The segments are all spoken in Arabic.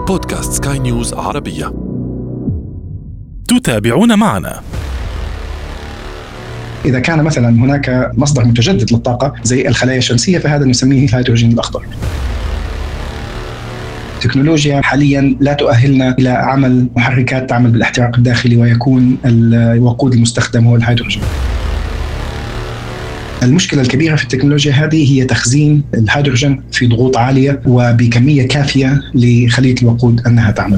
بودكاست سكاي نيوز عربية. تتابعون معنا. إذا كان مثلا هناك مصدر متجدد للطاقة زي الخلايا الشمسية فهذا نسميه الهيدروجين الأخضر. التكنولوجيا حاليا لا تؤهلنا إلى عمل محركات تعمل بالاحتراق الداخلي ويكون الوقود المستخدم هو الهيدروجين. المشكلة الكبيرة في التكنولوجيا هذه هي تخزين الهيدروجين في ضغوط عالية وبكمية كافية لخلية الوقود أنها تعمل.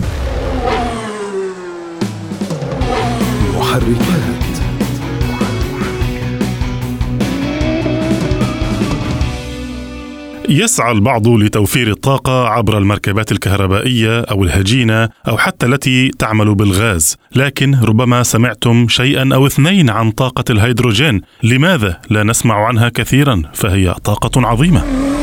محركات. يسعى البعض لتوفير الطاقة عبر المركبات الكهربائية أو الهجينة أو حتى التي تعمل بالغاز، لكن ربما سمعتم شيئا أو اثنين عن طاقة الهيدروجين. لماذا لا نسمع عنها كثيرا؟ فهي طاقة عظيمة.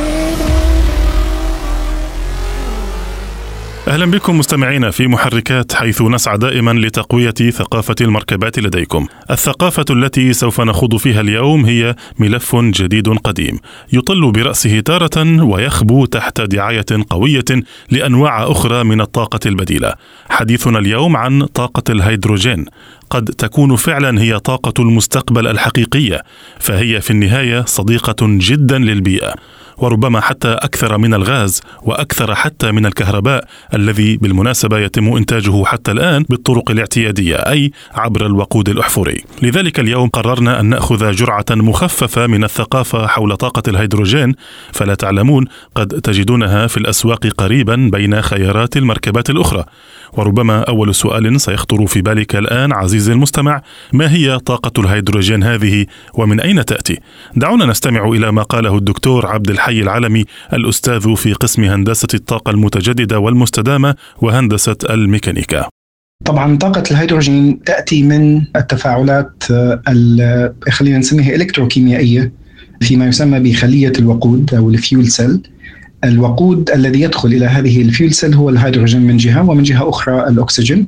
أهلا بكم مستمعين في محركات، حيث نسعى دائما لتقوية ثقافة المركبات لديكم. الثقافة التي سوف نخوض فيها اليوم هي ملف جديد قديم يطل برأسه تارة ويخبو تحت دعاية قوية لأنواع أخرى من الطاقة البديلة. حديثنا اليوم عن طاقة الهيدروجين. قد تكون فعلا هي طاقة المستقبل الحقيقية، فهي في النهاية صديقة جدا للبيئة، وربما حتى أكثر من الغاز وأكثر حتى من الكهرباء الذي بالمناسبة يتم إنتاجه حتى الآن بالطرق الاعتيادية، أي عبر الوقود الأحفوري. لذلك اليوم قررنا أن نأخذ جرعة مخففة من الثقافة حول طاقة الهيدروجين، فلا تعلمون قد تجدونها في الأسواق قريبا بين خيارات المركبات الأخرى. وربما أول سؤال سيخطر في بالك الآن عزيزي المستمع: ما هي طاقة الهيدروجين هذه ومن أين تأتي؟ دعونا نستمع إلى ما قاله الدكتور عبد الحي العلمي، الأستاذ في قسم هندسة الطاقة المتجددة والمستدامة وهندسة الميكانيكا. طبعا طاقة الهيدروجين تأتي من التفاعلات خلينا نسميها إلكتروكيميائية فيما يسمى بخلية الوقود أو الفيول سيل. الوقود الذي يدخل إلى هذه الفيول سيل هو الهيدروجين من جهة، ومن جهة أخرى الأكسجين،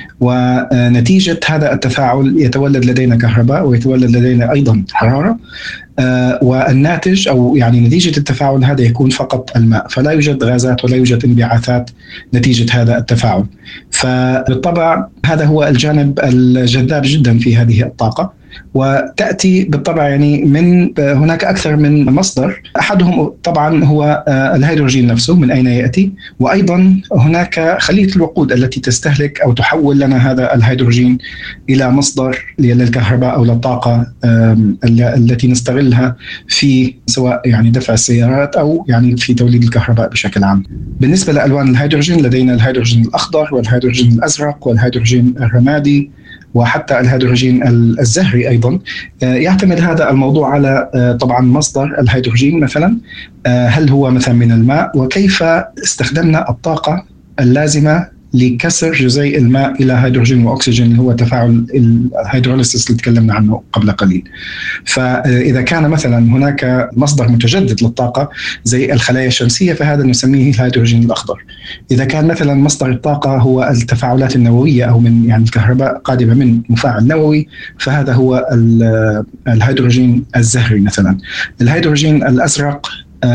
ونتيجة هذا التفاعل يتولد لدينا كهرباء ويتولد لدينا أيضا حرارة، والناتج أو يعني نتيجة التفاعل هذا يكون فقط الماء، فلا يوجد غازات ولا يوجد انبعاثات نتيجة هذا التفاعل. فبالطبع هذا هو الجانب الجذاب جدا في هذه الطاقة، وتأتي بالطبع يعني من هناك أكثر من مصدر. أحدهم طبعا هو الهيدروجين نفسه من أين يأتي، وأيضا هناك خلية الوقود التي تستهلك أو تحول لنا هذا الهيدروجين إلى مصدر للكهرباء أو للطاقة التي نستغلها في سواء يعني دفع السيارات أو يعني في توليد الكهرباء بشكل عام. بالنسبة لألوان الهيدروجين لدينا الهيدروجين الأخضر والهيدروجين الأزرق والهيدروجين الرمادي وحتى الهيدروجين الزهري أيضا. يعتمد هذا الموضوع على طبعا مصدر الهيدروجين، مثلا هل هو مثلا من الماء، وكيف استخدمنا الطاقة اللازمة لكسر جزيء الماء إلى هيدروجين وأكسجين اللي هو تفاعل الهيدروليسيس اللي تكلمنا عنه قبل قليل. فإذا كان مثلا هناك مصدر متجدد للطاقة زي الخلايا الشمسية فهذا نسميه الهيدروجين الأخضر. إذا كان مثلا مصدر الطاقة هو التفاعلات النووية أو من يعني الكهرباء قادمة من مفاعل نووي فهذا هو الهيدروجين الزهري مثلا. الهيدروجين الأزرق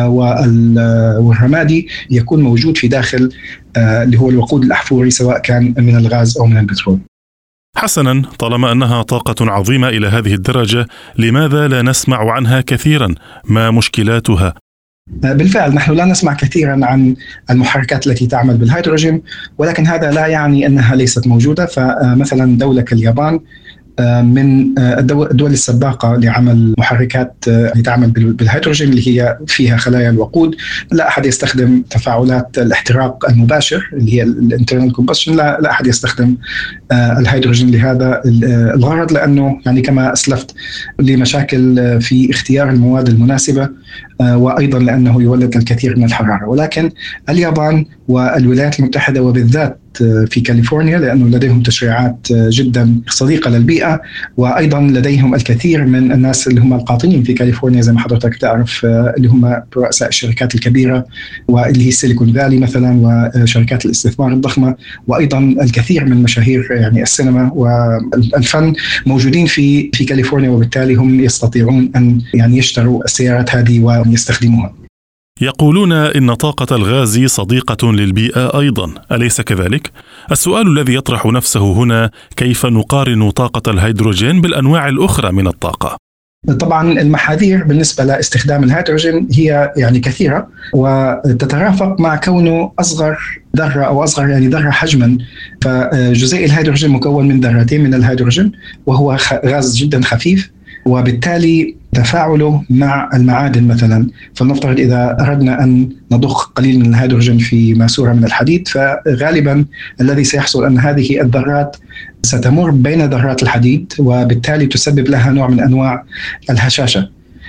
والرمادي يكون موجود في داخل اللي هو الوقود الأحفوري سواء كان من الغاز أو من البترول. حسنا، طالما أنها طاقة عظيمة إلى هذه الدرجة، لماذا لا نسمع عنها كثيرا؟ ما مشكلاتها؟ بالفعل نحن لا نسمع كثيرا عن المحركات التي تعمل بالهيدروجين، ولكن هذا لا يعني أنها ليست موجودة. فمثلا دولة كاليابان من الدول السباقة لعمل محركات تعمل بالهيدروجين اللي هي فيها خلايا الوقود. لا أحد يستخدم تفاعلات الاحتراق المباشر اللي هي الانترنال كومبشن، لا أحد يستخدم الهيدروجين لهذا الغرض، لأنه يعني كما أسلفت لمشاكل في اختيار المواد المناسبة، وأيضا لأنه يولد الكثير من الحرارة. ولكن اليابان والولايات المتحدة وبالذات في كاليفورنيا لأنه لديهم تشريعات جدا صديقة للبيئة، وأيضا لديهم الكثير من الناس اللي هم القاطنين في كاليفورنيا زي ما حضرتك تعرف، اللي هم رؤساء الشركات الكبيرة واللي هي سيليكون فالي مثلا وشركات الاستثمار الضخمة، وأيضا الكثير من مشاهير يعني السينما والفن موجودين في كاليفورنيا، وبالتالي هم يستطيعون أن يعني يشتروا السيارات هذه ويستخدموها. يقولون إن طاقة الغاز صديقة للبيئة أيضا، أليس كذلك؟ السؤال الذي يطرح نفسه هنا: كيف نقارن طاقة الهيدروجين بالأنواع الأخرى من الطاقة؟ طبعا المحاذير بالنسبة لاستخدام الهيدروجين هي يعني كثيرة، وتترافق مع كونه أصغر ذرة أو أصغر يعني ذرة حجما. فجزيء الهيدروجين مكون من ذرتين من الهيدروجين، وهو غاز جدا خفيف، وبالتالي تفاعله مع المعادن مثلا، فلنفترض إذا أردنا أن نضخ قليل من الهيدروجين في ماسورة من الحديد، فغالبا الذي سيحصل أن هذه الذرات ستمر بين ذرات الحديد، وبالتالي تسبب لها نوع من أنواع الهشاشة.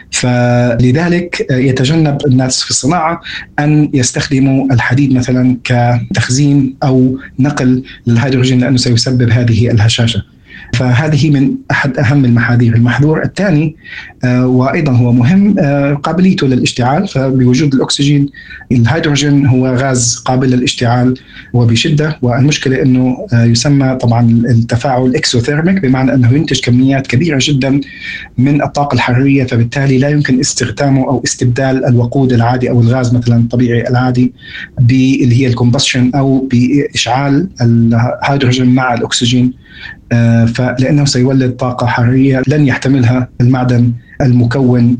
فلذلك يتجنب الناس في الصناعة أن يستخدموا الحديد مثلا كتخزين أو نقل للهيدروجين، لأنه سيسبب هذه الهشاشة. فهذه من أحد أهم المحاذير. المحذور الثاني وأيضا هو مهم قابليته للاشتعال. فبوجود الأكسجين الهيدروجين هو غاز قابل للاشتعال وبشدة، والمشكلة أنه يسمى طبعا التفاعل إكسوثيرميك، بمعنى أنه ينتج كميات كبيرة جدا من الطاقة الحرارية، فبالتالي لا يمكن استخدامه أو استبدال الوقود العادي أو الغاز مثلا الطبيعي العادي اللي هي الكومبشن أو بإشعال الهيدروجين مع الأكسجين، فلأنه سيولد طاقة حرارية لن يحتملها المعدن المكون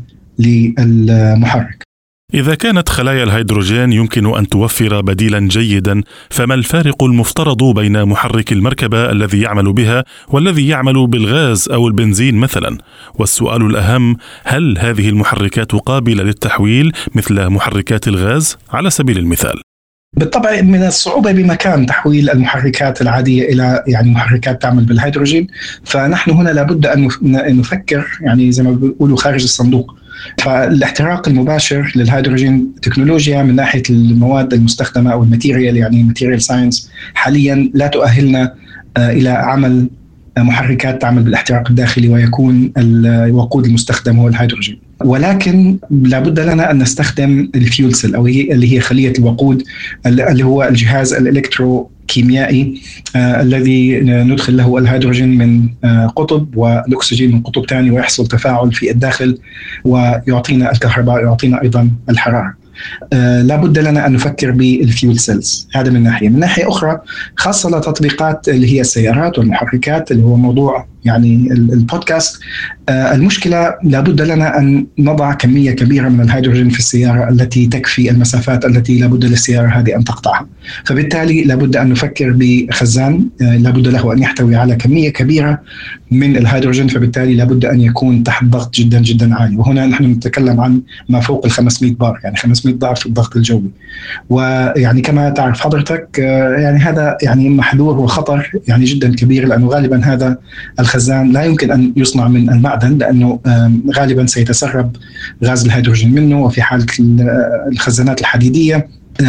للمحرك. إذا كانت خلايا الهيدروجين يمكن أن توفر بديلا جيدا، فما الفارق المفترض بين محرك المركبة الذي يعمل بها والذي يعمل بالغاز أو البنزين مثلا؟ والسؤال الأهم: هل هذه المحركات قابلة للتحويل مثل محركات الغاز على سبيل المثال؟ بالطبع من الصعوبة بمكان تحويل المحركات العادية إلى يعني محركات تعمل بالهيدروجين، فنحن هنا لابد أن نفكر يعني زي ما بيقولوا خارج الصندوق. فالاحتراق المباشر للهيدروجين تكنولوجيا من ناحية المواد المستخدمة أو الماتيريال، يعني ماتيريال ساينس، حاليا لا تؤهلنا إلى عمل محركات تعمل بالاحتراق الداخلي ويكون الوقود المستخدم هو الهيدروجين. ولكن لابد لنا أن نستخدم الفيول سيل أو اللي هي خلية الوقود، اللي هو الجهاز الإلكتروكيميائي الذي ندخل له الهيدروجين من قطب والأكسجين من قطب ثاني، ويحصل تفاعل في الداخل ويعطينا الكهرباء، يعطينا أيضا الحرارة. لابد لنا أن نفكر بالفيول سيلز. هذا من ناحية. من ناحية أخرى خاصة لتطبيقات اللي هي السيارات والمحركات اللي هو موضوع يعني البودكاست، المشكلة لابد لنا أن نضع كمية كبيرة من الهيدروجين في السيارة التي تكفي المسافات التي لابد للسيارة هذه أن تقطعها. فبالتالي لابد أن نفكر بخزان لابد له أن يحتوي على كمية كبيرة من الهيدروجين، فبالتالي لابد أن يكون تحت ضغط جدا جدا عالي، وهنا نحن نتكلم عن ما فوق 500 بار، يعني 500 ضعف الضغط الجوي. ويعني كما تعرف حضرتك يعني هذا يعني محذور وخطر يعني جدا كبير، لأنه غالبا هذا الخزان لا يمكن أن يصنع من المعدن، لأنه غالبا سيتسرب غاز الهيدروجين منه، وفي حالة الخزانات الحديدية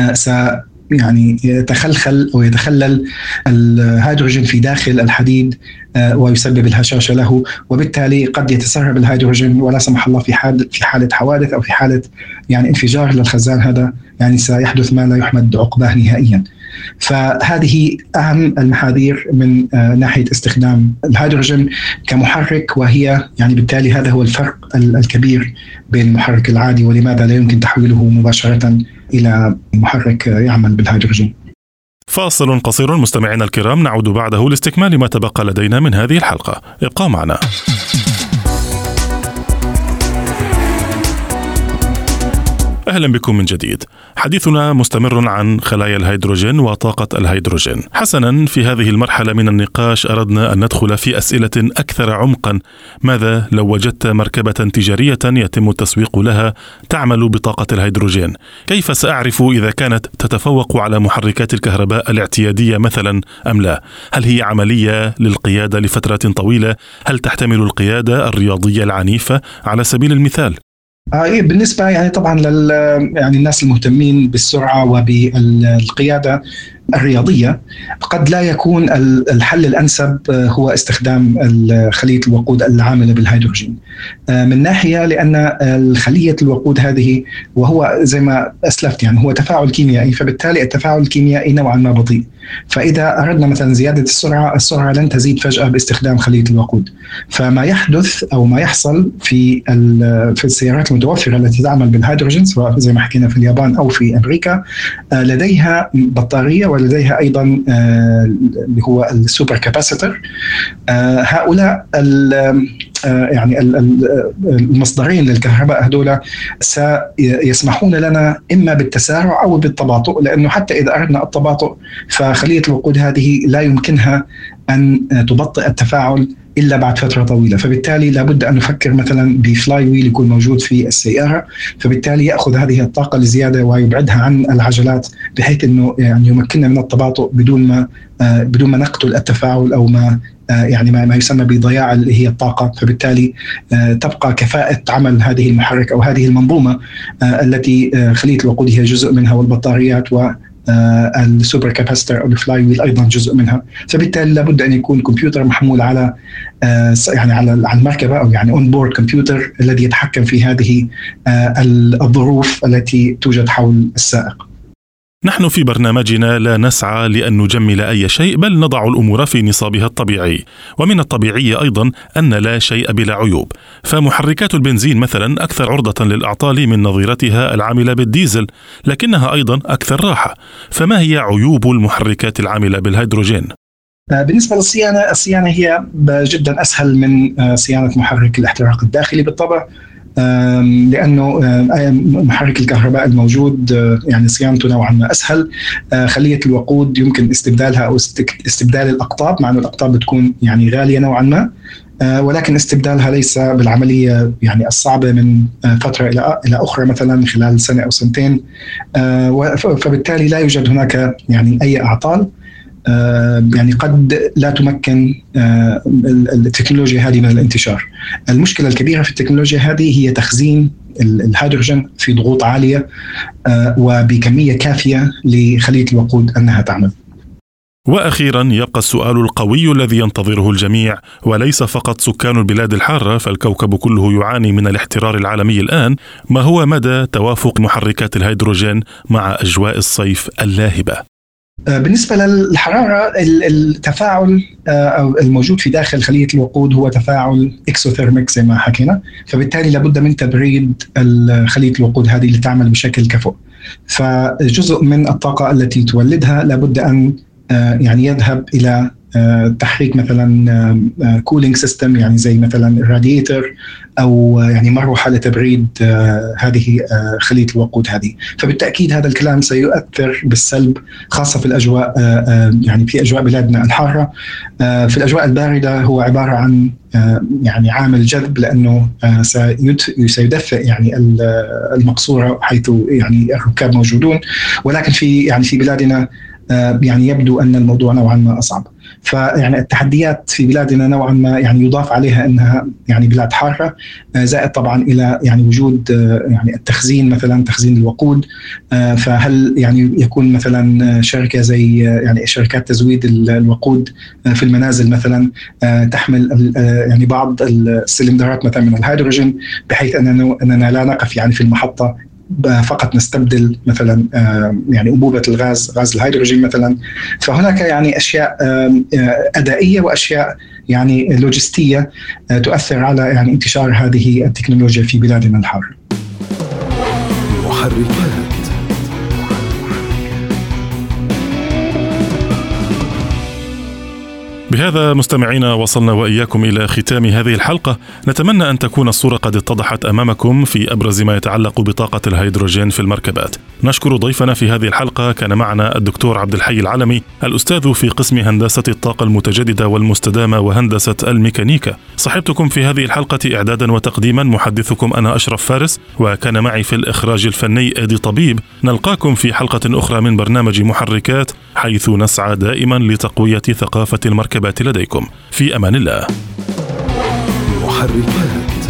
يعني يتخلخل أو يتخلل الهيدروجين في داخل الحديد ويسبب الهشاشة له، وبالتالي قد يتسرب الهيدروجين ولا سمح الله في حالة حوادث أو في حالة يعني انفجار للخزان، هذا يعني سيحدث ما لا يحمد عقباه نهائيا. فهذه أهم المحاذير من ناحية استخدام الهيدروجين كمحرك، وهي يعني بالتالي هذا هو الفرق الكبير بين المحرك العادي ولماذا لا يمكن تحويله مباشرة إلى محرك يعمل بالهيدروجين. فاصل قصير مستمعينا الكرام، نعود بعده لاستكمال ما تبقى لدينا من هذه الحلقة. ابقوا معنا. أهلا بكم من جديد. حديثنا مستمر عن خلايا الهيدروجين وطاقة الهيدروجين. حسنا، في هذه المرحلة من النقاش أردنا أن ندخل في أسئلة أكثر عمقا. ماذا لو وجدت مركبة تجارية يتم التسويق لها تعمل بطاقة الهيدروجين؟ كيف سأعرف إذا كانت تتفوق على محركات الكهرباء الاعتيادية مثلا أم لا؟ هل هي عملية للقيادة لفترات طويلة؟ هل تحتمل القيادة الرياضية العنيفة على سبيل المثال؟ بالنسبة يعني طبعا يعني الناس المهتمين بالسرعة وبالقيادة، الرياضية قد لا يكون الحل الأنسب هو استخدام خلية الوقود العاملة بالهيدروجين. من ناحية لأن خلية الوقود هذه، وهو زي ما أسلفت يعني هو تفاعل كيميائي، فبالتالي التفاعل الكيميائي نوعا ما بطيء. فإذا أردنا مثلا زيادة السرعة لن تزيد فجأة باستخدام خلية الوقود. فما يحدث أو ما يحصل في السيارات المتوفرة التي تعمل بالهيدروجين، سواء زي ما حكينا في اليابان أو في أمريكا، لديها بطارية ولديها أيضا اللي هو السوبر كاباسيتور. هؤلاء يعني المصدرين للكهرباء هذولا سيسمحون لنا إما بالتسارع أو بالتباطؤ، لأنه حتى إذا أردنا التباطؤ فخلية الوقود هذه لا يمكنها أن تبطئ التفاعل إلا بعد فترة طويلة. فبالتالي لابد أن نفكر مثلا بفلاي ويل يكون موجود في السيارة، فبالتالي يأخذ هذه الطاقة الزيادة ويبعدها عن العجلات، بحيث أنه يعني يمكننا من التباطؤ بدون ما نقتل التفاعل أو ما يسمى بضياع اللي هي الطاقة. فبالتالي تبقى كفاءة عمل هذه المحرك أو هذه المنظومة التي خلية الوقود هي جزء منها، والبطاريات السوبر كاباسيتور أو الفلاي ويل أيضا جزء منها. فبالتالي لابد أن يكون كمبيوتر محمول على على المركبة، أو يعني اون بورد كمبيوتر الذي يتحكم في هذه الظروف التي توجد حول السائق. نحن في برنامجنا لا نسعى لأن نجمل أي شيء، بل نضع الأمور في نصابها الطبيعي. ومن الطبيعي أيضا أن لا شيء بلا عيوب، فمحركات البنزين مثلا أكثر عرضة للأعطال من نظيرتها العاملة بالديزل، لكنها أيضا أكثر راحة. فما هي عيوب المحركات العاملة بالهيدروجين؟ بالنسبة للصيانة، الصيانة هي جدا أسهل من صيانة محرك الاحتراق الداخلي بالطبع، لأنه محرك الكهرباء الموجود يعني صيانته نوعا ما أسهل. خلية الوقود يمكن استبدالها أو استبدال الأقطاب، مع أن الأقطاب بتكون يعني غالية نوعا ما، ولكن استبدالها ليس بالعملية يعني الصعبة من فترة إلى أخرى، مثلا خلال سنة أو سنتين. فبالتالي لا يوجد هناك يعني أي أعطال. يعني قد لا تمكن التكنولوجيا هذه من الانتشار. المشكلة الكبيرة في التكنولوجيا هذه هي تخزين الهيدروجين في ضغوط عالية وبكمية كافية لخلية الوقود أنها تعمل. وأخيرا يبقى السؤال القوي الذي ينتظره الجميع، وليس فقط سكان البلاد الحارة، فالكوكب كله يعاني من الاحترار العالمي الآن. ما هو مدى توافق محركات الهيدروجين مع أجواء الصيف اللاهبة؟ بالنسبة للحرارة، التفاعل الموجود في داخل خلية الوقود هو تفاعل إكسوثيرميك زي ما حكينا، فبالتالي لابد من تبريد خلية الوقود هذه لتعمل بشكل كفؤ. فجزء من الطاقة التي تولدها لابد أن يعني يذهب إلى تحريك مثلا كولينج سيستم، يعني زي مثلا الراديتر أو يعني مروحة لتبريد هذه خلية الوقود هذه. فبالتأكيد هذا الكلام سيؤثر بالسلب، خاصة في الأجواء يعني في أجواء بلادنا الحارة. في الأجواء الباردة هو عبارة عن يعني عامل جذب، لأنه سيدفئ يعني المقصورة حيث يعني الركاب موجودون، ولكن في بلادنا يعني يبدو أن الموضوع نوعا ما أصعب. فيعني التحديات في بلادنا نوعا ما يعني يضاف عليها أنها يعني بلاد حارة، زائد طبعا إلى يعني وجود يعني التخزين، مثلا تخزين الوقود. فهل يعني يكون مثلا شركة زي يعني شركات تزويد الوقود في المنازل مثلا تحمل يعني بعض السلندرات مثلا من الهيدروجين، بحيث أننا لا نقف يعني في المحطة فقط نستبدل مثلا يعني أنبوبة غاز الهيدروجين مثلا. فهناك يعني أشياء أدائية وأشياء يعني لوجستية تؤثر على يعني انتشار هذه التكنولوجيا في بلادنا الحارة. محركات. بهذا مستمعينا وصلنا وإياكم إلى ختام هذه الحلقة. نتمنى أن تكون الصورة قد اتضحت أمامكم في أبرز ما يتعلق بطاقة الهيدروجين في المركبات. نشكر ضيفنا في هذه الحلقة، كان معنا الدكتور عبد الحي العلمي، الأستاذ في قسم هندسة الطاقة المتجددة والمستدامة وهندسة الميكانيكا. صحبتكم في هذه الحلقة إعدادا وتقديما محدثكم أنا أشرف فارس، وكان معي في الإخراج الفني آدي طبيب. نلقاكم في حلقة أخرى من برنامج محركات، حيث نسعى دائما لتقوية ثقافة المركبات لديكم. في أمان الله. محركات.